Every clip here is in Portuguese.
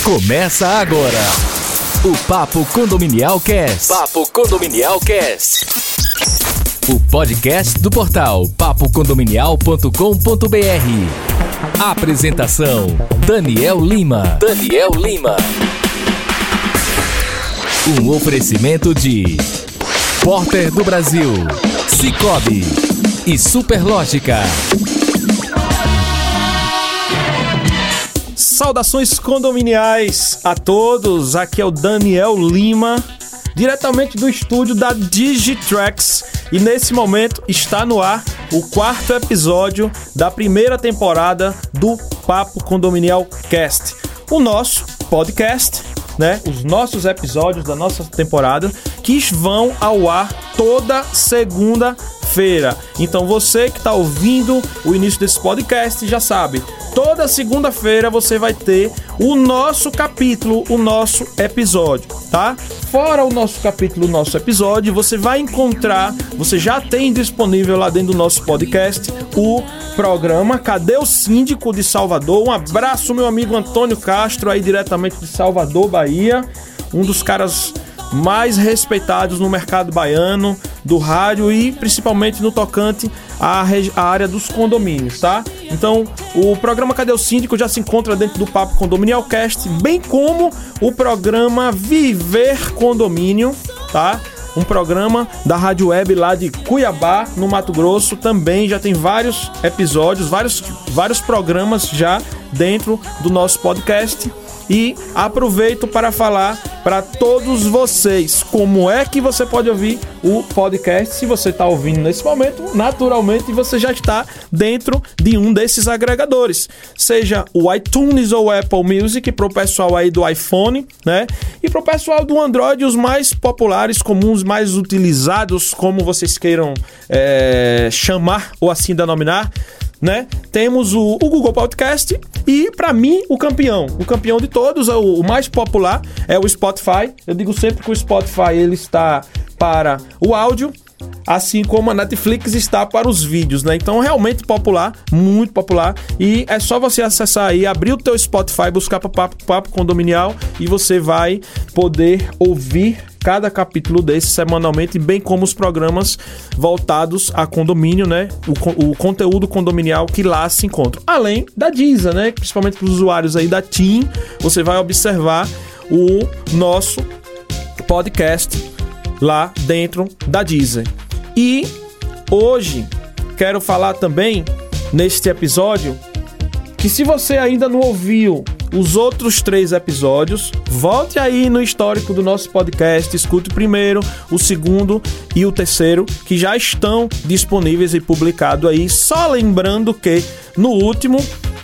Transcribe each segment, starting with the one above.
Começa agora o Papo Condominial Cast. Papo Condominial Cast. O podcast do portal papocondominial.com.br. Apresentação: Daniel Lima. Um oferecimento de Porter do Brasil, Sicoob e Superlógica. Saudações condominiais a todos, aqui é o Daniel Lima, diretamente do estúdio da Digitrax, e nesse momento está no ar o 4º episódio da primeira temporada do Papo Condominial Cast, o nosso podcast, né? Os nossos episódios da nossa temporada que vão ao ar toda segunda-feira. Então você que está ouvindo o início desse podcast já sabe, toda segunda-feira você vai ter o nosso capítulo, o nosso episódio, tá? Fora o nosso capítulo, o nosso episódio, você vai encontrar, você já tem disponível lá dentro do nosso podcast o programa Cadê o Síndico de Salvador? Um abraço, meu amigo Antônio Castro, aí diretamente de Salvador, Bahia, um dos caras mais respeitados no mercado baiano, do rádio e principalmente no tocante à área dos condomínios, tá? Então, o programa Cadê o Síndico já se encontra dentro do Papo Condominial Cast, bem como o programa Viver Condomínio, tá? Um programa da Rádio Web lá de Cuiabá, no Mato Grosso, também já tem vários episódios, vários programas já dentro do nosso podcast. E aproveito para falar para todos vocês como é que você pode ouvir o podcast. Se você está ouvindo nesse momento, naturalmente você já está dentro de um desses agregadores, seja o iTunes ou o Apple Music, para o pessoal aí do iPhone, né? E para o pessoal do Android, os mais populares, comuns, mais utilizados, como vocês queiram chamar ou assim denominar, né? Temos o Google Podcast e, para mim, o campeão de todos, o mais popular é o Spotify. Eu digo sempre que o Spotify ele está para o áudio, assim como a Netflix está para os vídeos, né? Então, realmente popular, muito popular, e é só você acessar aí, abrir o teu Spotify, buscar Papo Condominial e você vai poder ouvir cada capítulo desse semanalmente, bem como os programas voltados a condomínio, né? O conteúdo condominial que lá se encontra. Além da Deezer, né? Principalmente para os usuários aí da TIM, você vai observar o nosso podcast lá dentro da Deezer. E hoje quero falar também, neste episódio, que se você ainda não ouviu os outros 3 episódios, volte aí no histórico do nosso podcast, escute o primeiro, o segundo e o terceiro, que já estão disponíveis e publicados aí. Só lembrando que no último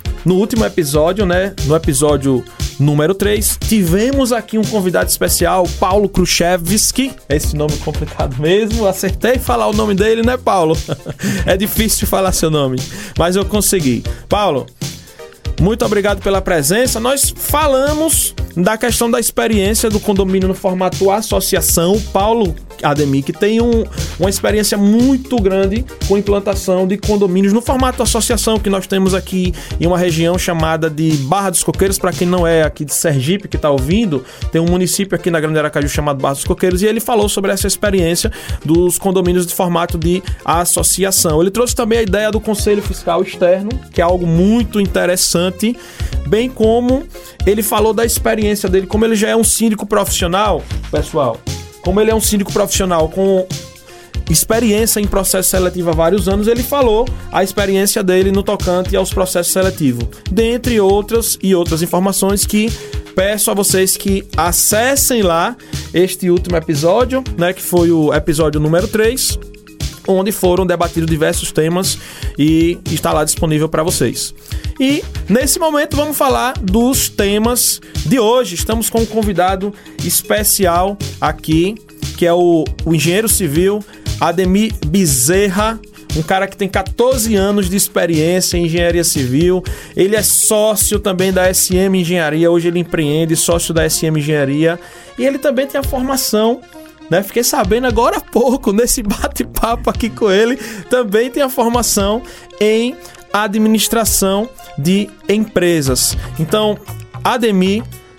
episódio, né, no episódio número 3, tivemos aqui um convidado especial, Paulo Kruszewski. Esse nome é complicado mesmo, acertei falar o nome dele, né, Paulo? É difícil de falar seu nome, mas eu consegui. Paulo, muito obrigado pela presença. Nós falamos da questão da experiência do condomínio no formato associação. Paulo Ademir, que tem uma experiência muito grande com implantação de condomínios no formato associação, que nós temos aqui em uma região chamada de Barra dos Coqueiros. Para quem não é aqui de Sergipe, que está ouvindo, tem um município aqui na Grande Aracaju chamado Barra dos Coqueiros, e ele falou sobre essa experiência dos condomínios de formato de associação. Ele trouxe também a ideia do Conselho Fiscal Externo, que é algo muito interessante, bem como ele falou da experiência dele, como ele já é um síndico profissional, pessoal. Como ele é um síndico profissional com experiência em processo seletivo há vários anos, ele falou a experiência dele no tocante aos processos seletivos, dentre outras informações que peço a vocês que acessem lá este último episódio, né, que foi o episódio número 3, onde foram debatidos diversos temas e está lá disponível para vocês. E nesse momento vamos falar dos temas de hoje. Estamos com um convidado especial aqui, que é o engenheiro civil Ademir Bezerra, um cara que tem 14 anos de experiência em engenharia civil. Ele é sócio também da SM Engenharia, hoje ele empreende, sócio da SM Engenharia, e ele também tem a formação, né? Fiquei sabendo agora há pouco, nesse bate-papo aqui com ele, também tem a formação em administração de empresas. Então, Ademir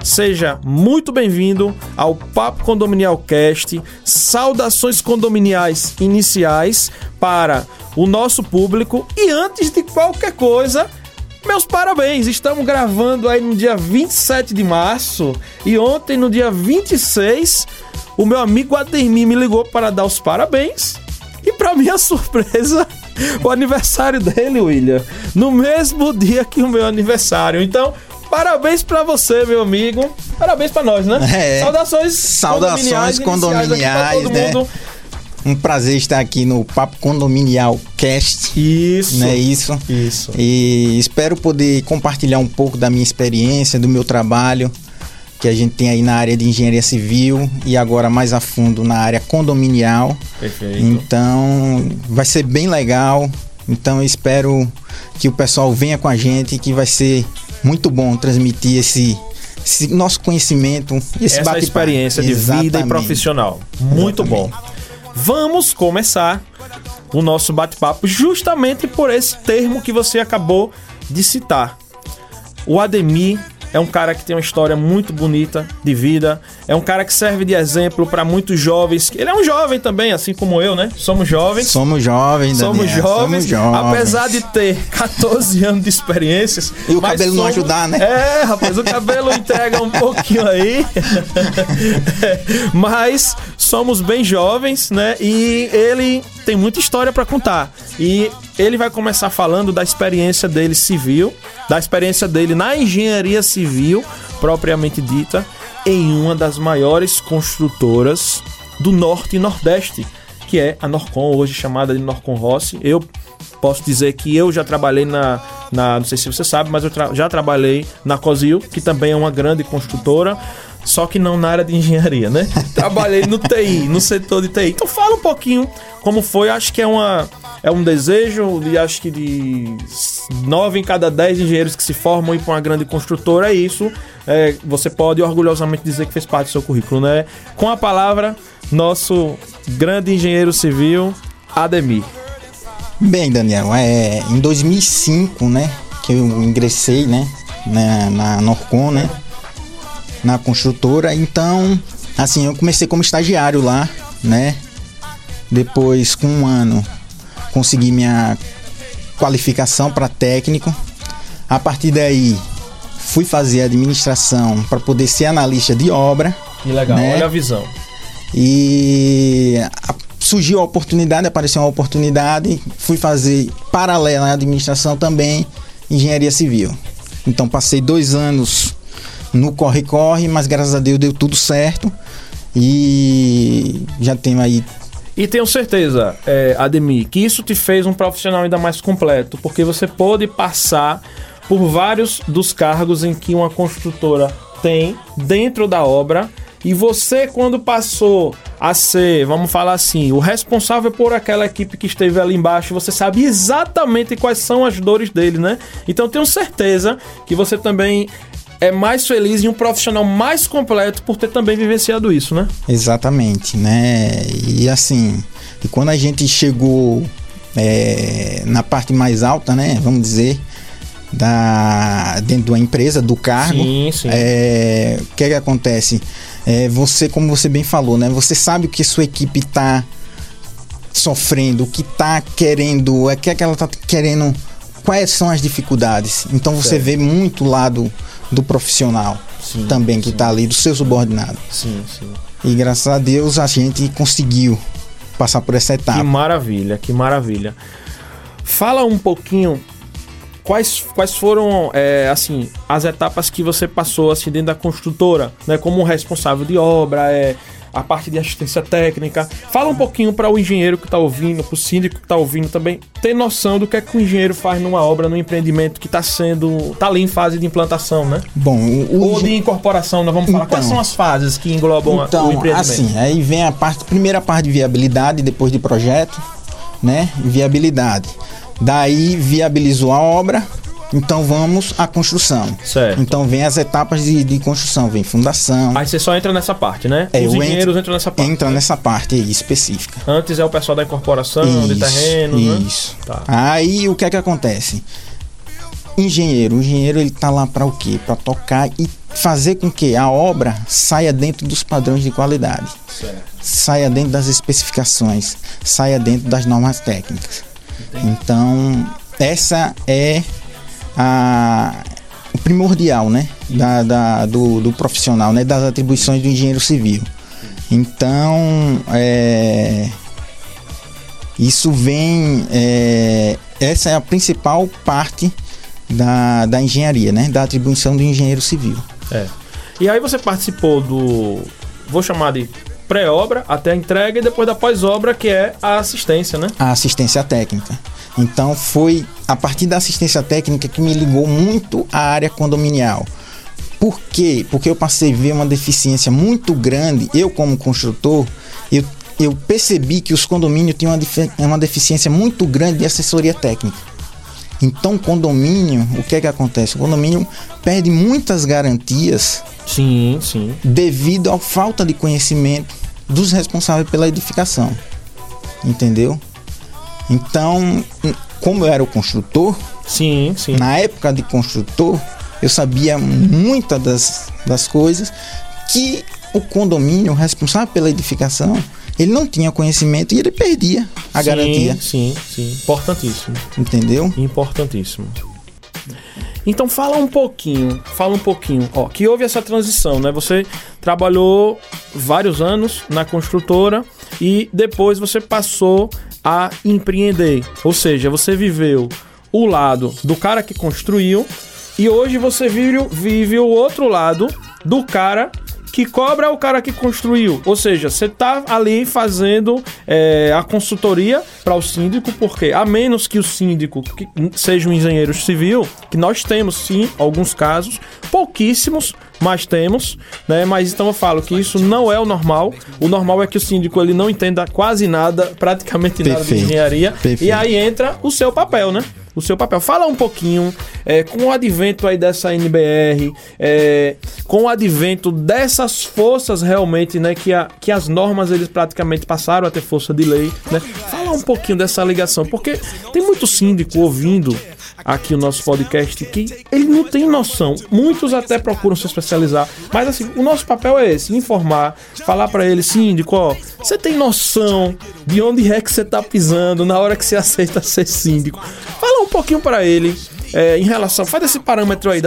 seja muito bem-vindo ao Papo Condominial Cast. Saudações condominiais iniciais para o nosso público. E antes de qualquer coisa, meus parabéns. Estamos gravando aí no dia 27 de março e ontem, no dia 26, o meu amigo Ademir me ligou para dar os parabéns. E para minha surpresa, o aniversário dele, William, no mesmo dia que o meu aniversário. Então, parabéns pra você, meu amigo. Parabéns pra nós, né? Saudações condominiais, né? Mundo. Um prazer estar aqui no Papo Condominial Cast. Isso. Não é isso? Isso. E espero poder compartilhar um pouco da minha experiência, do meu trabalho, que a gente tem aí na área de engenharia civil e agora mais a fundo na área condominial. Perfeito. Então, vai ser bem legal. Então, eu espero que o pessoal venha com a gente, que vai ser muito bom transmitir esse nosso conhecimento, essa experiência de vida e profissional. Muito bom. Vamos começar o nosso bate-papo justamente por esse termo que você acabou de citar. O Ademir é um cara que tem uma história muito bonita de vida. É um cara que serve de exemplo para muitos jovens. Ele é um jovem também, assim como eu, né? Somos jovens. Somos jovens, Apesar de ter 14 anos de experiências. E o cabelo não ajudar, né? É, rapaz, o cabelo entrega um pouquinho aí. Mas somos bem jovens, né? E ele tem muita história para contar. E ele vai começar falando da experiência dele civil, da experiência dele na engenharia civil, propriamente dita, em uma das maiores construtoras do Norte e Nordeste, que é a Norcon, hoje chamada de Norcon Rossi. Eu posso dizer que eu já trabalhei não sei se você sabe, mas eu já trabalhei na Cosil, que também é uma grande construtora, só que não na área de engenharia, né? Trabalhei no TI, no setor de TI. Então fala um pouquinho como foi. Acho que é um desejo de, acho que de 9 em cada 10 engenheiros que se formam ir para uma grande construtora. É isso. Você pode orgulhosamente dizer que fez parte do seu currículo, né? Com a palavra, nosso grande engenheiro civil, Ademir. Bem, Daniel, em 2005, né, que eu ingressei, né, na Norcon, né, na construtora. Então, assim, eu comecei como estagiário lá, né? Depois, com um ano, consegui minha qualificação para técnico. A partir daí, fui fazer administração para poder ser analista de obra. Que legal, né? Olha a visão. E surgiu a oportunidade, apareceu uma oportunidade, fui fazer paralela à administração também, engenharia civil. Então, passei 2 anos no corre-corre, mas graças a Deus deu tudo certo e já tenho aí. E tenho certeza, Ademir, que isso te fez um profissional ainda mais completo, porque você pôde passar por vários dos cargos em que uma construtora tem dentro da obra, e você, quando passou a ser, vamos falar assim, o responsável por aquela equipe que esteve ali embaixo, você sabe exatamente quais são as dores dele, né? Então tenho certeza que você também é mais feliz e um profissional mais completo por ter também vivenciado isso, né? Exatamente, né? E assim, e quando a gente chegou na parte mais alta, né? Vamos dizer, dentro da empresa, do cargo. Sim. O que acontece? Você, como você bem falou, né? Você sabe o que sua equipe está sofrendo, o que está querendo, o que é que ela está querendo, quais são as dificuldades. Então você vê muito o lado do profissional também que está ali, do seu subordinado. Sim. E graças a Deus a gente conseguiu passar por essa etapa. Que maravilha. Fala um pouquinho quais foram assim, as etapas que você passou assim, dentro da construtora, né, como responsável de obra, a parte de assistência técnica. Fala um pouquinho para o engenheiro que está ouvindo, para o síndico que está ouvindo também, ter noção do que é que o engenheiro faz numa obra, num empreendimento que tá ali em fase de implantação, né? Bom, ou de incorporação, nós vamos falar. Quais são as fases que englobam o empreendimento? Assim, aí vem primeira parte de viabilidade, depois de projeto, né? Viabilidade. Daí viabilizou a obra, então vamos à construção. Certo. Então vem as etapas de construção, vem fundação. Aí você só entra nessa parte, né? Os engenheiros entram nessa parte. Entra nessa parte aí, específica. Antes é o pessoal da incorporação, de terreno, né? Isso. Tá. Aí o que é que acontece? engenheiro. O engenheiro, ele tá lá para o quê? Para tocar e fazer com que a obra saia dentro dos padrões de qualidade. Certo. Saia dentro das especificações, saia dentro das normas técnicas. Entendi. Então, essa é o primordial, né? Do profissional, né? Das atribuições do engenheiro civil. Então, isso vem... essa é a principal parte da engenharia, né? Da atribuição do engenheiro civil. E aí você participou vou chamar de pré-obra até a entrega e depois da pós-obra, que é a assistência, né? A assistência técnica. Então foi a partir da assistência técnica que me ligou muito à área condominial. Por quê? Porque eu passei a ver uma deficiência muito grande. Eu, como construtor, eu percebi que os condomínios tinham uma deficiência muito grande de assessoria técnica. Então, o condomínio, o que é que acontece? O condomínio perde muitas garantias. Sim. Devido à falta de conhecimento dos responsáveis pela edificação. Entendeu? Então, como eu era o construtor, sim. Na época de construtor, eu sabia muitas das coisas que o condomínio, responsável pela edificação, ele não tinha conhecimento e ele perdia a garantia. Sim. Importantíssimo. Entendeu? Importantíssimo. Então fala um pouquinho, que houve essa transição, né? Você trabalhou vários anos na construtora e depois você passou a empreender. Ou seja, você viveu o lado do cara que construiu e hoje você vive o outro lado do cara que cobra o cara que construiu. Ou seja, você tá ali fazendo a consultoria para o síndico, porque a menos que o síndico seja um engenheiro civil, que nós temos sim, alguns casos, pouquíssimos, mas temos, né? Mas então eu falo que isso não é o normal. O normal é que o síndico ele não entenda quase nada, praticamente nada de engenharia. Perfeito. E aí entra o seu papel, né? O seu papel. Fala um pouquinho com o advento aí dessa NBR, com o advento dessas forças realmente, né, que as normas eles praticamente passaram a ter força de lei, né? Fala um pouquinho dessa ligação, porque tem muito síndico ouvindo aqui o nosso podcast que ele não tem noção. Muitos até procuram se especializar, mas assim, o nosso papel é esse, informar, falar pra ele, síndico, ó, você tem noção de onde é que você tá pisando na hora que você aceita ser síndico? Fala um pouquinho pra ele em relação, faz esse parâmetro aí da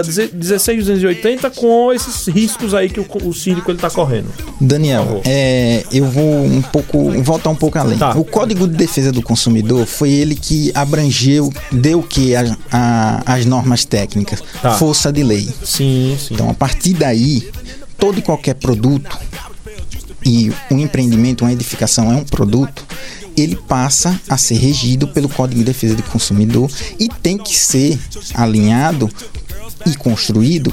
16280 com esses riscos aí que o síndico ele tá correndo. Daniel, eu vou voltar um pouco além. Tá. O Código de Defesa do Consumidor foi ele que abrangeu, deu o que as normas técnicas, força de lei. Sim. Então, a partir daí, todo e qualquer produto, e um empreendimento, uma edificação é um produto, ele passa a ser regido pelo Código de Defesa do Consumidor e tem que ser alinhado e construído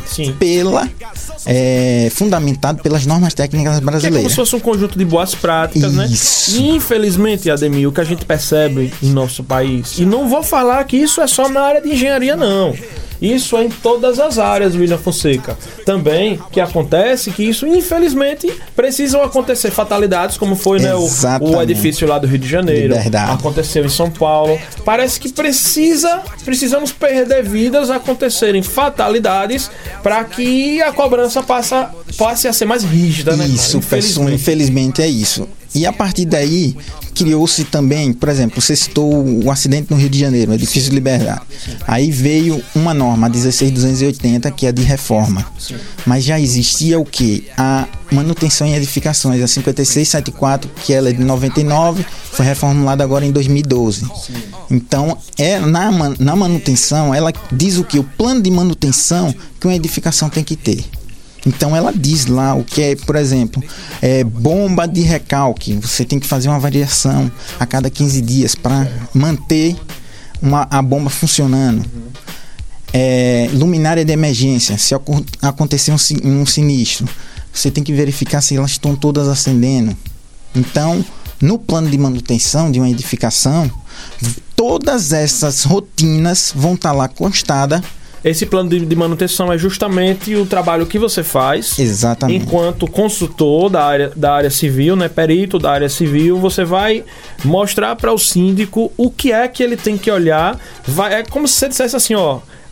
fundamentado pelas normas técnicas brasileiras. É como se fosse um conjunto de boas práticas, isso, né? Infelizmente, Ademir, o que a gente percebe em nosso país, e não vou falar que isso é só na área de engenharia, não. Isso é em todas as áreas, William Fonseca. Também que acontece que isso, infelizmente, precisam acontecer fatalidades, como foi, né, o edifício lá do Rio de Janeiro. Aconteceu em São Paulo. Parece que precisamos perder vidas, acontecerem fatalidades para que a cobrança passe a ser mais rígida, né? Isso, infelizmente é isso. E a partir daí, criou-se também, por exemplo, você citou o acidente no Rio de Janeiro, o edifício de Liberdade. Aí veio uma norma, a 16280, que é de reforma. Sim. Mas já existia o quê? A manutenção em edificações, a 5674, que ela é de 99, foi reformulada agora em 2012. Sim. Então, na manutenção, ela diz o quê? O plano de manutenção que uma edificação tem que ter. Então ela diz lá o que é, por exemplo, bomba de recalque. Você tem que fazer uma variação a cada 15 dias para manter a bomba funcionando. Luminária de emergência. Se acontecer um sinistro, você tem que verificar se elas estão todas acendendo. Então, no plano de manutenção de uma edificação, todas essas rotinas vão estar lá constadas. Esse plano de manutenção é justamente o trabalho que você faz. Exatamente. Enquanto consultor da área civil, né, perito da área civil, você vai mostrar para o síndico o que é que ele tem que olhar. É como se você dissesse assim, ó,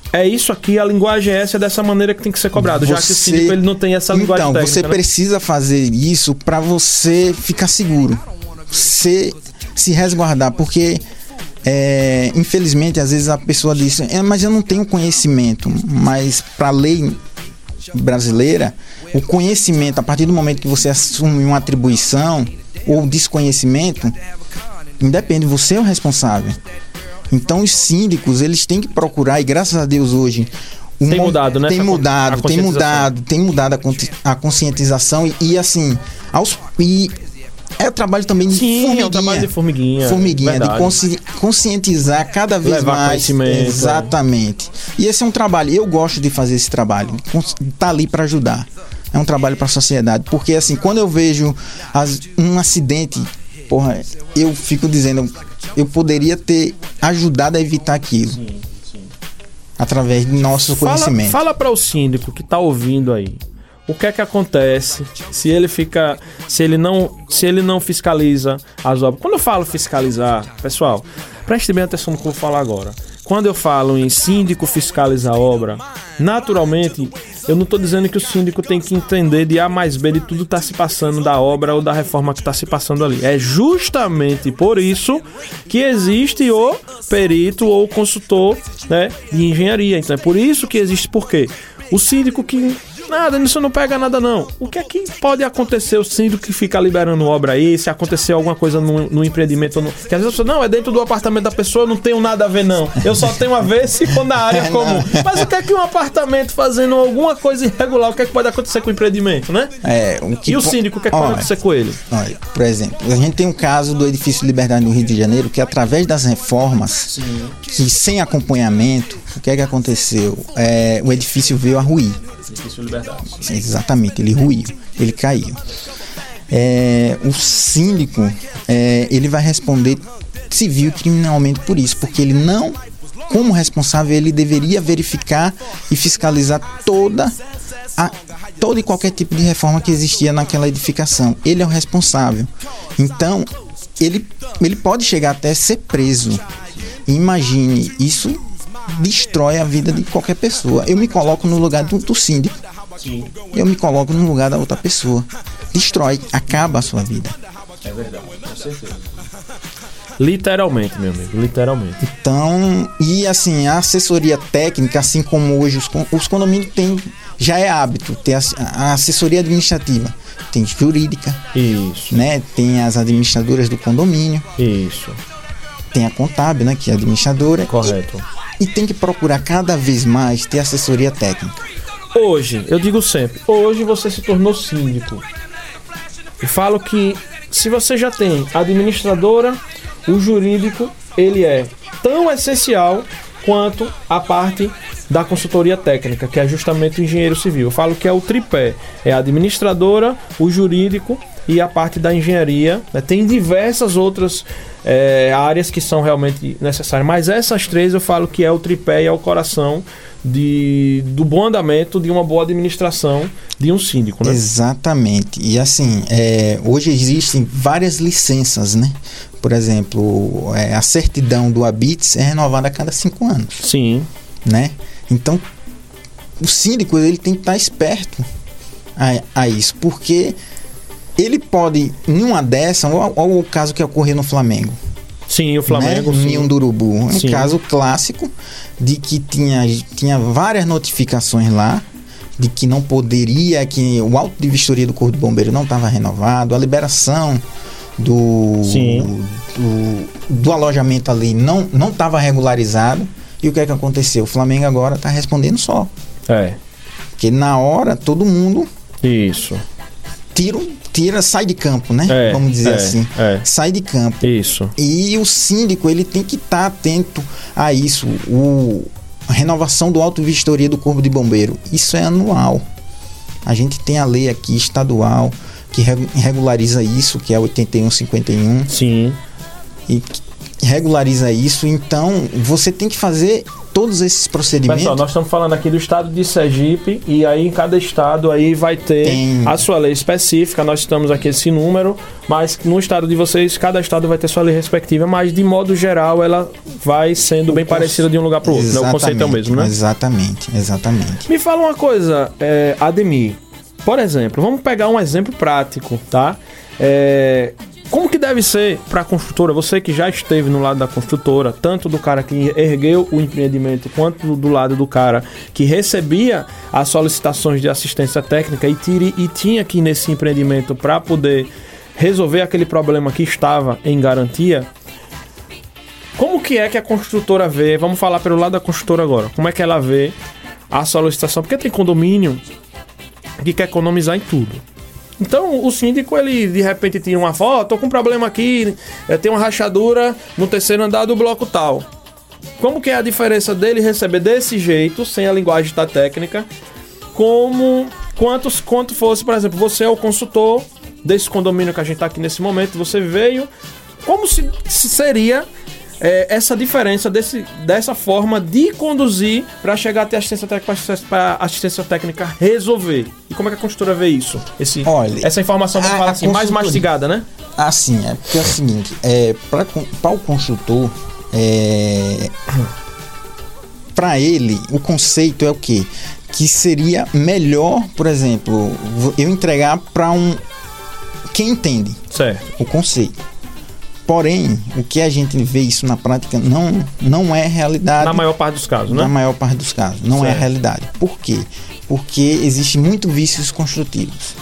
é isso aqui, a linguagem é essa, é dessa maneira que tem que ser cobrado, já que o síndico ele não tem essa linguagem técnica. Então, você precisa fazer isso para você ficar seguro, você se resguardar, porque infelizmente às vezes a pessoa diz, mas eu não tenho conhecimento, mas para a lei brasileira, o conhecimento, a partir do momento que você assume uma atribuição ou desconhecimento, independe, você é o responsável. Então os síndicos, eles têm que procurar, e graças a Deus hoje tem mudado, né? Tem mudado a conscientização e assim, é o trabalho também de formiguinha. É o trabalho de formiguinha, de conscientizar cada vez levar mais. Conhecimento. Exatamente. E esse é um trabalho, eu gosto de fazer esse trabalho, tá ali para ajudar. É um trabalho para a sociedade, porque assim, quando eu vejo um acidente, porra, eu fico dizendo, eu poderia ter ajudado a evitar aquilo. Sim. Através do nosso conhecimento. Fala para o síndico que tá ouvindo aí. O que é que acontece se ele não fiscaliza as obras? Quando eu falo fiscalizar, pessoal, preste bem atenção no que eu vou falar agora. Quando eu falo em síndico fiscalizar a obra, naturalmente, eu não estou dizendo que o síndico tem que entender de A mais B de tudo que está se passando da obra ou da reforma que está se passando ali. É justamente por isso que existe o perito ou o consultor, né, de engenharia. Então é por isso que existe, por quê? O síndico que... Nada, isso não pega nada não. O que é que pode acontecer o síndico que fica liberando obra aí, se acontecer alguma coisa no empreendimento, que às vezes você, não, é dentro do apartamento da pessoa, eu não tenho nada a ver não. Eu só tenho a ver se for na área comum. Mas o que é que um apartamento fazendo alguma coisa irregular, o que é que pode acontecer com o empreendimento, né? E o síndico, o que é que pode acontecer com ele? Olha, por exemplo, a gente tem um caso do edifício Liberdade no Rio de Janeiro, que através das reformas, que sem acompanhamento, o que é que aconteceu? O edifício veio a ruir. Edifício Liberdade. Exatamente, ele ruiu, ele caiu. O síndico, ele vai responder civil e criminalmente por isso, porque ele não, como responsável, ele deveria verificar e fiscalizar toda e qualquer tipo de reforma que existia naquela edificação. Ele é o responsável. Então, ele pode chegar até ser preso. Imagine, isso destrói a vida de qualquer pessoa. Eu me coloco no lugar do síndico. Sim. Eu me coloco no lugar da outra pessoa. Destrói, acaba a sua vida. É verdade, com certeza. Literalmente, meu amigo, literalmente. Então, e assim, a assessoria técnica, assim como hoje os condomínios têm, já é hábito, ter a assessoria administrativa. Tem jurídica. Isso. Né? Tem as administradoras do condomínio. Isso. Tem a contábil, né, que é a administradora. Correto. E tem que procurar cada vez mais ter assessoria técnica. Hoje, eu digo sempre, hoje você se tornou síndico. Eu falo que se você já tem a administradora, o jurídico, ele é tão essencial quanto a parte da consultoria técnica, que é justamente o engenheiro civil. Eu falo que é o tripé, é a administradora, o jurídico e a parte da engenharia, né? Tem diversas outras áreas que são realmente necessárias, mas essas três eu falo que é o tripé e é o coração do bom andamento, de uma boa administração de um síndico, né? Exatamente. E assim, hoje existem várias licenças, né? Por exemplo, a certidão do Habits é renovada a cada 5 anos. Sim. Né? Então, o síndico, ele tem que estar esperto a isso, porque ele pode, numa dessa, olha o caso que ocorreu no Flamengo. Sim, o Flamengo. Né? Ninho do Urubu. Um Sim. caso clássico de que tinha várias notificações lá, de que não poderia, que o auto de vistoria do Corpo de Bombeiro não estava renovado, a liberação do alojamento ali não estava regularizado. E o que é que aconteceu? O Flamengo agora está respondendo só. Porque na hora todo mundo Isso. sai de campo, né? Vamos dizer assim. Sai de campo. Isso. E o síndico, ele tem que estar atento a isso. A renovação do auto-vistoria do Corpo de Bombeiro. Isso é anual. A gente tem a lei aqui estadual que regulariza isso, que é 8151. Sim. E regulariza isso. Então, você tem que fazer todos esses procedimentos... Pessoal, nós estamos falando aqui do estado de Sergipe, e aí em cada estado aí vai ter a sua lei específica. Nós estamos aqui esse número, mas no estado de vocês, cada estado vai ter sua lei respectiva, mas de modo geral ela vai sendo bem parecida de um lugar para o outro, né? O conceito é o mesmo, né? Exatamente. Me fala uma coisa, Ademir. Por exemplo, vamos pegar um exemplo prático, tá? Como que deve ser para a construtora, você que já esteve no lado da construtora, tanto do cara que ergueu o empreendimento, quanto do lado do cara que recebia as solicitações de assistência técnica e tinha aqui nesse empreendimento para poder resolver aquele problema que estava em garantia. Como que é que a construtora vê, vamos falar pelo lado da construtora agora, como é que ela vê a solicitação? Porque tem condomínio que quer economizar em tudo. Então o síndico, ele de repente tira uma foto, tô com um problema aqui, tem uma rachadura no terceiro andar do bloco tal. Como que é a diferença dele receber desse jeito, sem a linguagem da técnica, quanto fosse, por exemplo, você é o consultor desse condomínio que a gente tá aqui nesse momento, você veio, como se seria essa diferença dessa forma de conduzir para chegar até a assistência técnica, para a assistência técnica resolver. E como é que a construtora vê isso? Essa informação, vamos falar assim, mais mastigada, né? Assim, porque é o seguinte, para o consultor, para ele, o conceito é o quê? Que seria melhor, por exemplo, eu entregar para quem entende o conceito. Porém, o que a gente vê isso na prática não é realidade. Na maior parte dos casos, né? Na maior parte dos casos. Não é realidade. Por quê? Porque existem muitos vícios construtivos.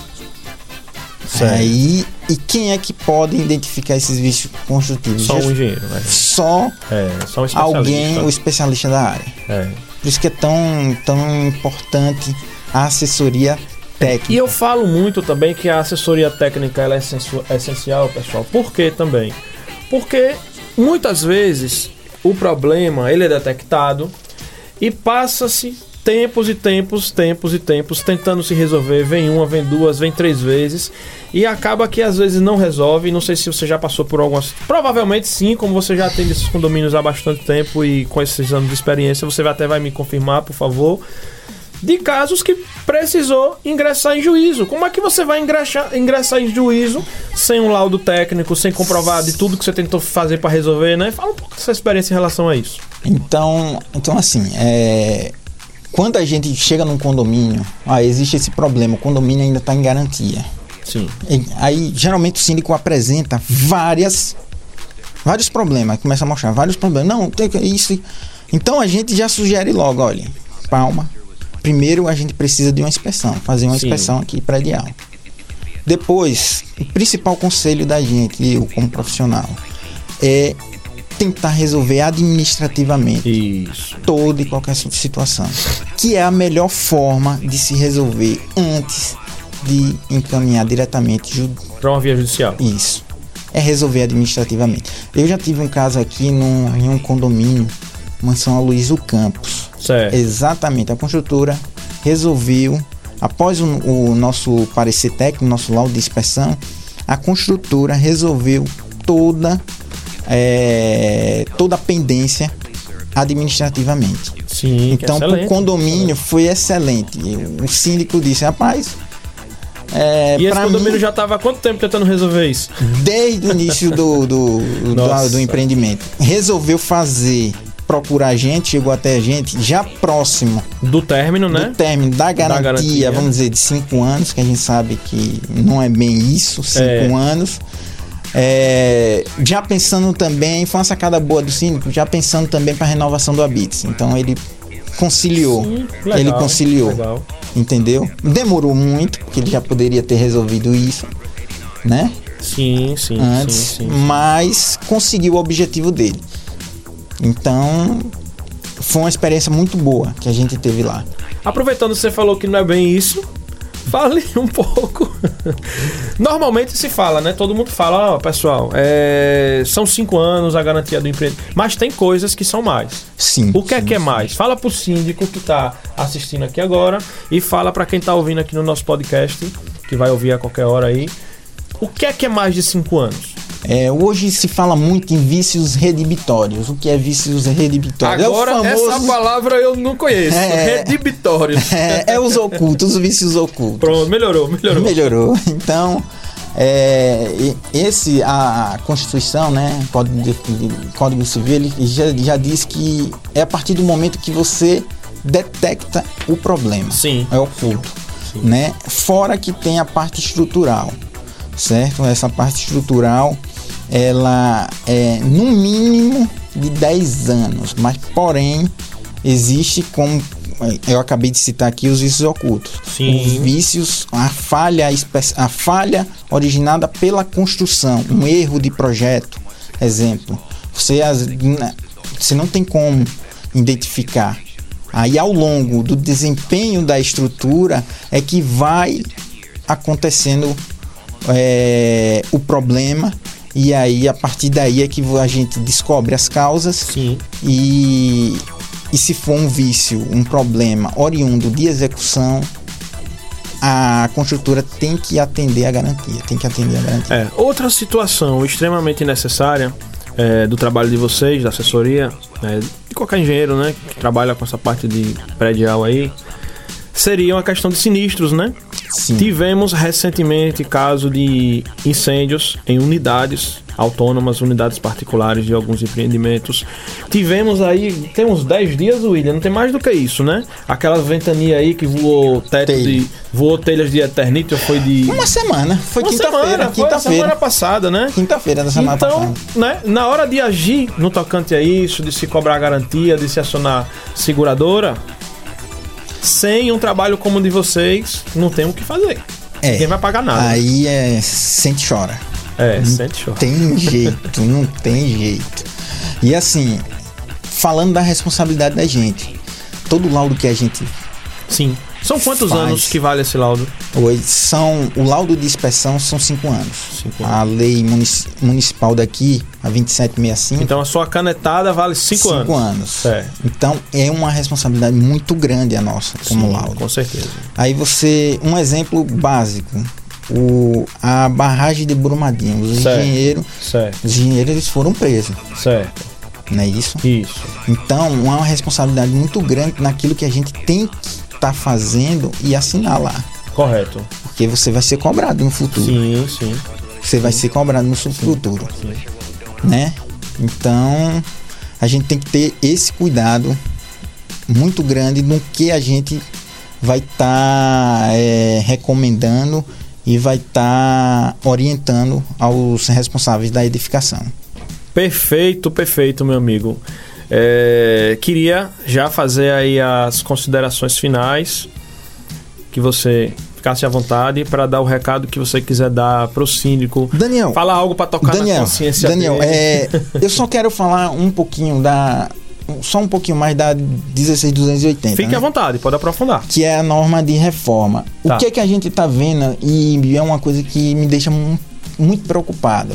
E quem é que pode identificar esses vícios construtivos? Só o engenheiro, né? Só um alguém, o especialista da área. Por isso que é tão importante a assessoria técnica. E eu falo muito também que a assessoria técnica ela é essencial, pessoal. Por quê também? Porque muitas vezes o problema ele é detectado e passa-se tempos e tempos tentando se resolver. Vem uma, vem duas, vem 3 vezes e acaba que às vezes não resolve. Não sei se você já passou por algumas... Provavelmente sim, como você já atende esses condomínios há bastante tempo e com esses anos de experiência, você até vai me confirmar, por favor, de casos que precisou ingressar em juízo. Como é que você vai ingressar em juízo sem um laudo técnico, sem comprovar de tudo que você tentou fazer para resolver, né? Fala um pouco dessa experiência em relação a isso. Então assim, quando a gente chega num condomínio, existe esse problema, o condomínio ainda está em garantia. Sim. Aí, geralmente, o síndico apresenta vários problemas, começa a mostrar vários problemas. Não, tem isso. Então, a gente já sugere logo, olha, primeiro a gente precisa de uma inspeção, fazer uma inspeção aqui predial. Depois, o principal conselho da gente, eu como profissional, é tentar resolver administrativamente toda e qualquer situação, que é a melhor forma de se resolver antes de encaminhar diretamente para uma via judicial. Isso, é resolver administrativamente. Eu já tive um caso aqui em um condomínio, Mansão Aloysio Campos. Certo. Exatamente, a construtora resolveu, após o nosso parecer técnico, nosso laudo de inspeção, a construtora resolveu toda a pendência administrativamente. Sim, então o condomínio foi excelente. O síndico disse, rapaz, e esse condomínio já estava há quanto tempo tentando resolver isso? Desde o início do empreendimento. Resolveu procurar a gente, chegou até a gente já próximo do término, né? Do término da garantia, vamos dizer, de 5 anos, que a gente sabe que não é bem isso, 5 anos. Já pensando também, foi uma sacada boa do síndico, já pensando também para a renovação do Habites. Então ele conciliou. Sim, legal, legal. Entendeu? Demorou muito, porque ele já poderia ter resolvido isso, né? Sim. Antes, mas conseguiu o objetivo dele. Então, foi uma experiência muito boa que a gente teve lá. Aproveitando que você falou que não é bem isso, fale um pouco. Normalmente se fala, né? Todo mundo fala, pessoal, são 5 anos a garantia do empreendimento. Mas tem coisas que são mais. Sim. O que é mais? Fala pro síndico que tá assistindo aqui agora e fala para quem tá ouvindo aqui no nosso podcast, que vai ouvir a qualquer hora aí. O que é mais de 5 anos? Hoje se fala muito em vícios redibitórios. O que é vícios redibitórios? Agora, essa palavra eu não conheço. Redibitórios. Os ocultos, os vícios ocultos. Pronto, melhorou. Então, a Constituição, né, Código Civil, ele já diz que é a partir do momento que você detecta o problema. Sim. É oculto. Sim. Né? Fora que tem a parte estrutural, certo? Essa parte estrutural, ela é no mínimo de 10 anos, mas porém existe, como eu acabei de citar aqui, os vícios ocultos. Sim. Os vícios, a falha originada pela construção, um erro de projeto. Exemplo, você não tem como identificar. Aí, ao longo do desempenho da estrutura, é que vai acontecendo o problema, e aí, a partir daí, é que a gente descobre as causas. Sim. E se for um vício, um problema oriundo de execução, a construtora tem que atender a garantia. Outra situação extremamente necessária do trabalho de vocês, da assessoria, de qualquer engenheiro, né, que trabalha com essa parte de predial aí, seria uma questão de sinistros, né? Sim. Tivemos recentemente caso de incêndios em unidades autônomas, unidades particulares de alguns empreendimentos. Tivemos aí, tem uns 10 dias, William, não tem mais do que isso, né? Aquela ventania aí que voou telhas de Eternite, foi de... Uma semana, foi quinta-feira. Semana passada, né? Quinta-feira da semana passada. Então, né, na hora de agir no tocante a isso, de se cobrar garantia, de se acionar seguradora, sem um trabalho como o de vocês, não tem o que fazer. Ninguém vai pagar nada. Aí sente e chora. Sente e chora. Não tem jeito. E assim, falando da responsabilidade da gente, todo laudo que a gente... Sim. São quantos anos que vale esse laudo? O laudo de inspeção são 5 anos. 5 anos. A lei municipal daqui, a 2765... Então a sua canetada vale 5 anos. 5 anos. Então é uma responsabilidade muito grande a nossa, como laudo. Com certeza. Aí um exemplo básico, a barragem de Brumadinho. Os engenheiros eles foram presos. Certo. Não é isso? Isso. Então é uma responsabilidade muito grande naquilo que a gente tem que estar fazendo e assinar lá. Correto. Porque você vai ser cobrado no futuro. Sim. Você vai ser cobrado no futuro. Sim. Né? Então a gente tem que ter esse cuidado muito grande no que a gente vai estar recomendando e vai estar orientando aos responsáveis da edificação. Perfeito, meu amigo. Queria já fazer aí as considerações finais, que você ficasse à vontade para dar o recado que você quiser dar pro síndico. Daniel, falar algo para tocar na consciência dele. Eu só quero falar um pouquinho mais da 16280. Fique à vontade, pode aprofundar. Que é a norma de reforma. O que é que a gente está vendo, e é uma coisa que me deixa muito preocupado.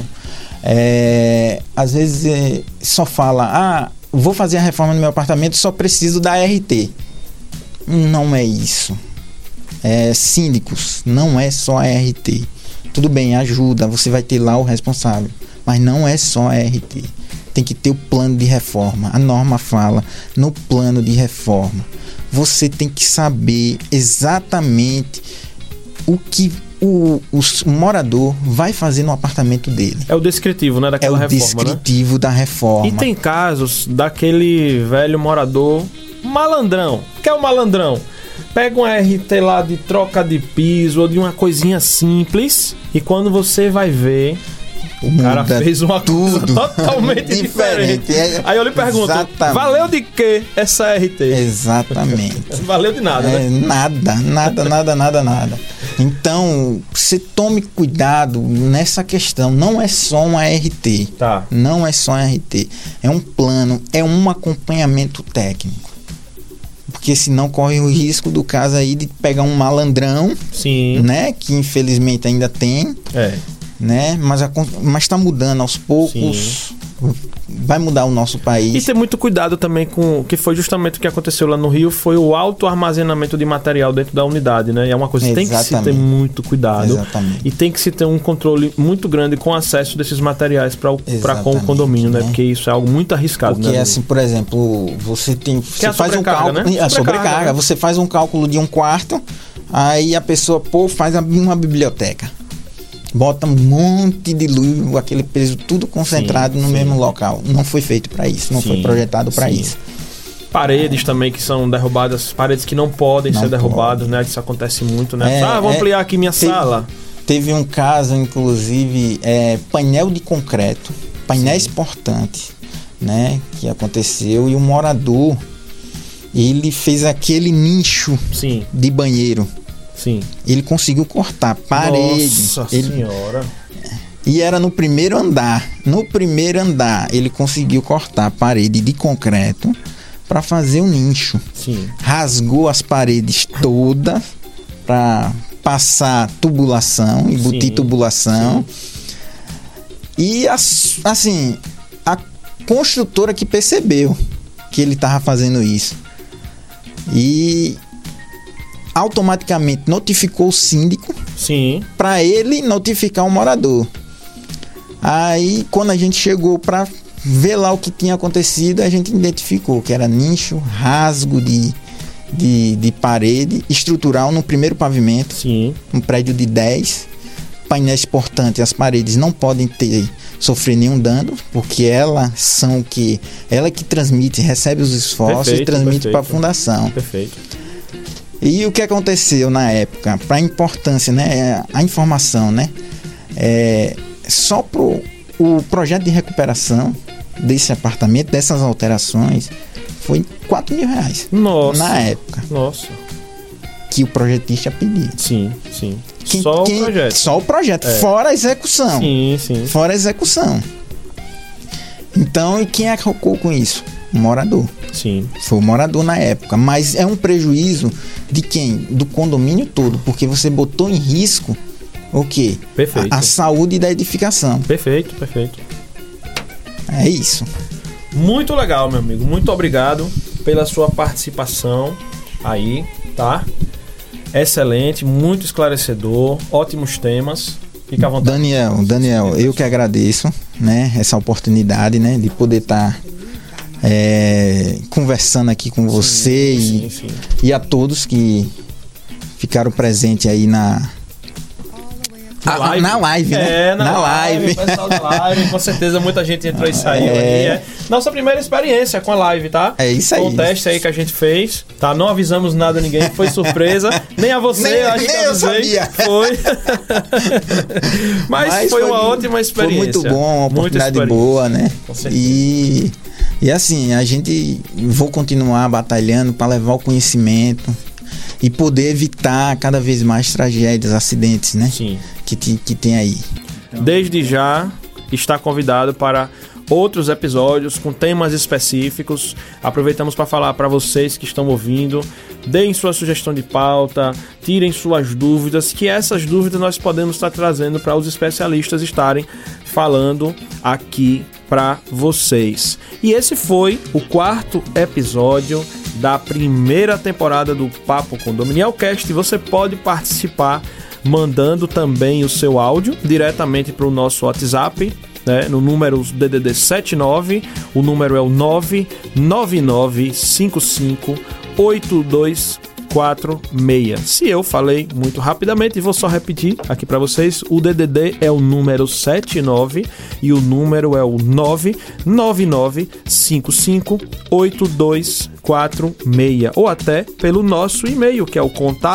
Às vezes só fala, vou fazer a reforma no meu apartamento, só preciso da RT. Não é isso. Síndicos, não é só a RT. Tudo bem, ajuda, você vai ter lá o responsável, mas não é só a RT. Tem que ter o plano de reforma. A norma fala no plano de reforma. Você tem que saber exatamente o que o morador vai fazer no apartamento dele. É o descritivo, né, daquela reforma, né? É o descritivo da reforma. E tem casos daquele velho morador malandrão. Que é o malandrão? Pega um RT lá de troca de piso ou de uma coisinha simples, e quando você vai ver, o cara fez uma coisa totalmente diferente. Aí eu lhe pergunto, valeu de que essa RT? Exatamente. Valeu de nada, né? Nada. Então, você tome cuidado nessa questão. Não é só uma RT. Tá. Não é só uma RT. É um plano, é um acompanhamento técnico. Porque senão corre o risco do caso aí de pegar um malandrão, sim, né? Que infelizmente ainda tem. Né? Mas está mudando aos poucos. Sim. vai mudar o nosso país. E ter muito cuidado também com o que foi justamente o que aconteceu lá no Rio, foi o alto armazenamento de material dentro da unidade, né? E é uma coisa que tem que se ter muito cuidado. Exatamente. E tem que se ter um controle muito grande com o acesso desses materiais para com o condomínio, né? Porque isso é algo muito arriscado. Porque né? assim, por exemplo, você faz um cálculo, né? A sobrecarga, né? Você faz um cálculo de um quarto, aí a pessoa faz uma biblioteca. Bota um monte de luz, aquele peso tudo concentrado no mesmo local. Não foi feito para isso, não foi projetado para isso. Paredes também que são derrubadas, paredes que não podem ser derrubadas, né? Isso acontece muito, né? Vou ampliar aqui minha sala. Teve um caso, inclusive, painel de concreto, painéis portantes, né? Que aconteceu e o morador, ele fez aquele nicho de banheiro. Sim. Ele conseguiu cortar a parede. Nossa Senhora. E era no primeiro andar. No primeiro andar, ele conseguiu cortar a parede de concreto para fazer um nicho. Sim. Rasgou as paredes todas para passar tubulação, embutir tubulação. E assim, a construtora que percebeu que ele estava fazendo isso. E automaticamente notificou o síndico para ele notificar o morador. Aí, quando a gente chegou para ver lá o que tinha acontecido, a gente identificou que era nicho, rasgo de parede estrutural no primeiro pavimento, um prédio de 10 painéis portantes. As paredes não podem sofrer nenhum dano, porque ela que transmite, recebe os esforços e transmite para a fundação. Perfeito. E o que aconteceu na época, para a importância, né, a informação, né, só pro o projeto de recuperação desse apartamento, dessas alterações, foi R$4.000. Nossa. Na época. Nossa. Que o projetista pediu. Sim. Só o projeto. Só o projeto, fora a execução. Sim. Fora a execução. Então, e quem arcou com isso? O morador. Sim. Foi o morador na época. Mas é um prejuízo de quem? Do condomínio todo. Porque você botou em risco o quê? Perfeito. A saúde da edificação. Perfeito. É isso. Muito legal, meu amigo. Muito obrigado pela sua participação aí, tá? Excelente, muito esclarecedor, ótimos temas. Fica à vontade. Daniel, eu que agradeço, né, essa oportunidade, né, de poder estar conversando aqui com você e a todos que ficaram presentes aí na live, né? Na live. O pessoal da live, com certeza muita gente entrou e saiu aí. Nossa primeira experiência com a live, tá? É isso aí. Foi um teste aí que a gente fez, tá? Não avisamos nada a ninguém, foi surpresa. Nem a você, acho que eu sabia. Foi. Mas foi uma ótima experiência. Foi muito bom, uma oportunidade boa, né? Com certeza. E assim, a gente vou continuar batalhando para levar o conhecimento e poder evitar cada vez mais tragédias, acidentes, né? Sim. Que tem aí. Desde já está convidado para outros episódios com temas específicos. Aproveitamos para falar para vocês que estão ouvindo, deem sua sugestão de pauta, tirem suas dúvidas, que essas dúvidas nós podemos estar trazendo para os especialistas estarem falando aqui para vocês. E esse foi o 4º episódio da primeira temporada do Papo Condominial Cast. Você pode participar mandando também o seu áudio diretamente para o nosso WhatsApp, né, no número DDD 79, o número é o 999558246. Se eu falei muito rapidamente, vou só repetir aqui para vocês. O DDD é o número 79 e o número é o 999558246, ou até pelo nosso e-mail, que é o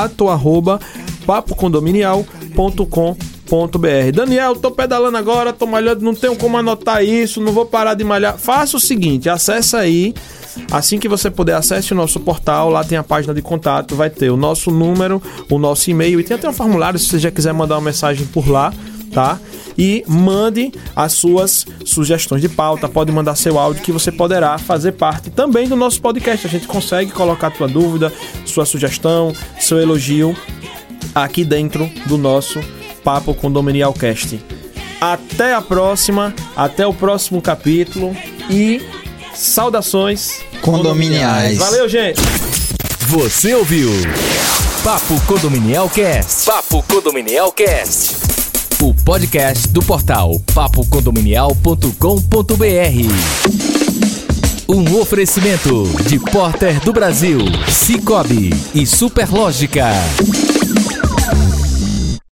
contato@papocondominial.com.br. Daniel, tô pedalando agora, tô malhando, não tenho como anotar isso, não vou parar de malhar. Faça o seguinte, acessa aí, assim que você puder, acesse o nosso portal, lá tem a página de contato, vai ter o nosso número, o nosso e-mail e tem até um formulário se você já quiser mandar uma mensagem por lá, tá? E mande as suas sugestões de pauta, pode mandar seu áudio que você poderá fazer parte também do nosso podcast. A gente consegue colocar a tua dúvida, sua sugestão, seu elogio aqui dentro do nosso Papo Condominial Cast. até a próxima, até o próximo capítulo e saudações condominiais. Valeu, gente! Você ouviu Papo Condominial Cast. Papo Condominial Cast. O podcast do portal papocondominial.com.br. Um oferecimento de Porter do Brasil, Cicobi e Superlógica.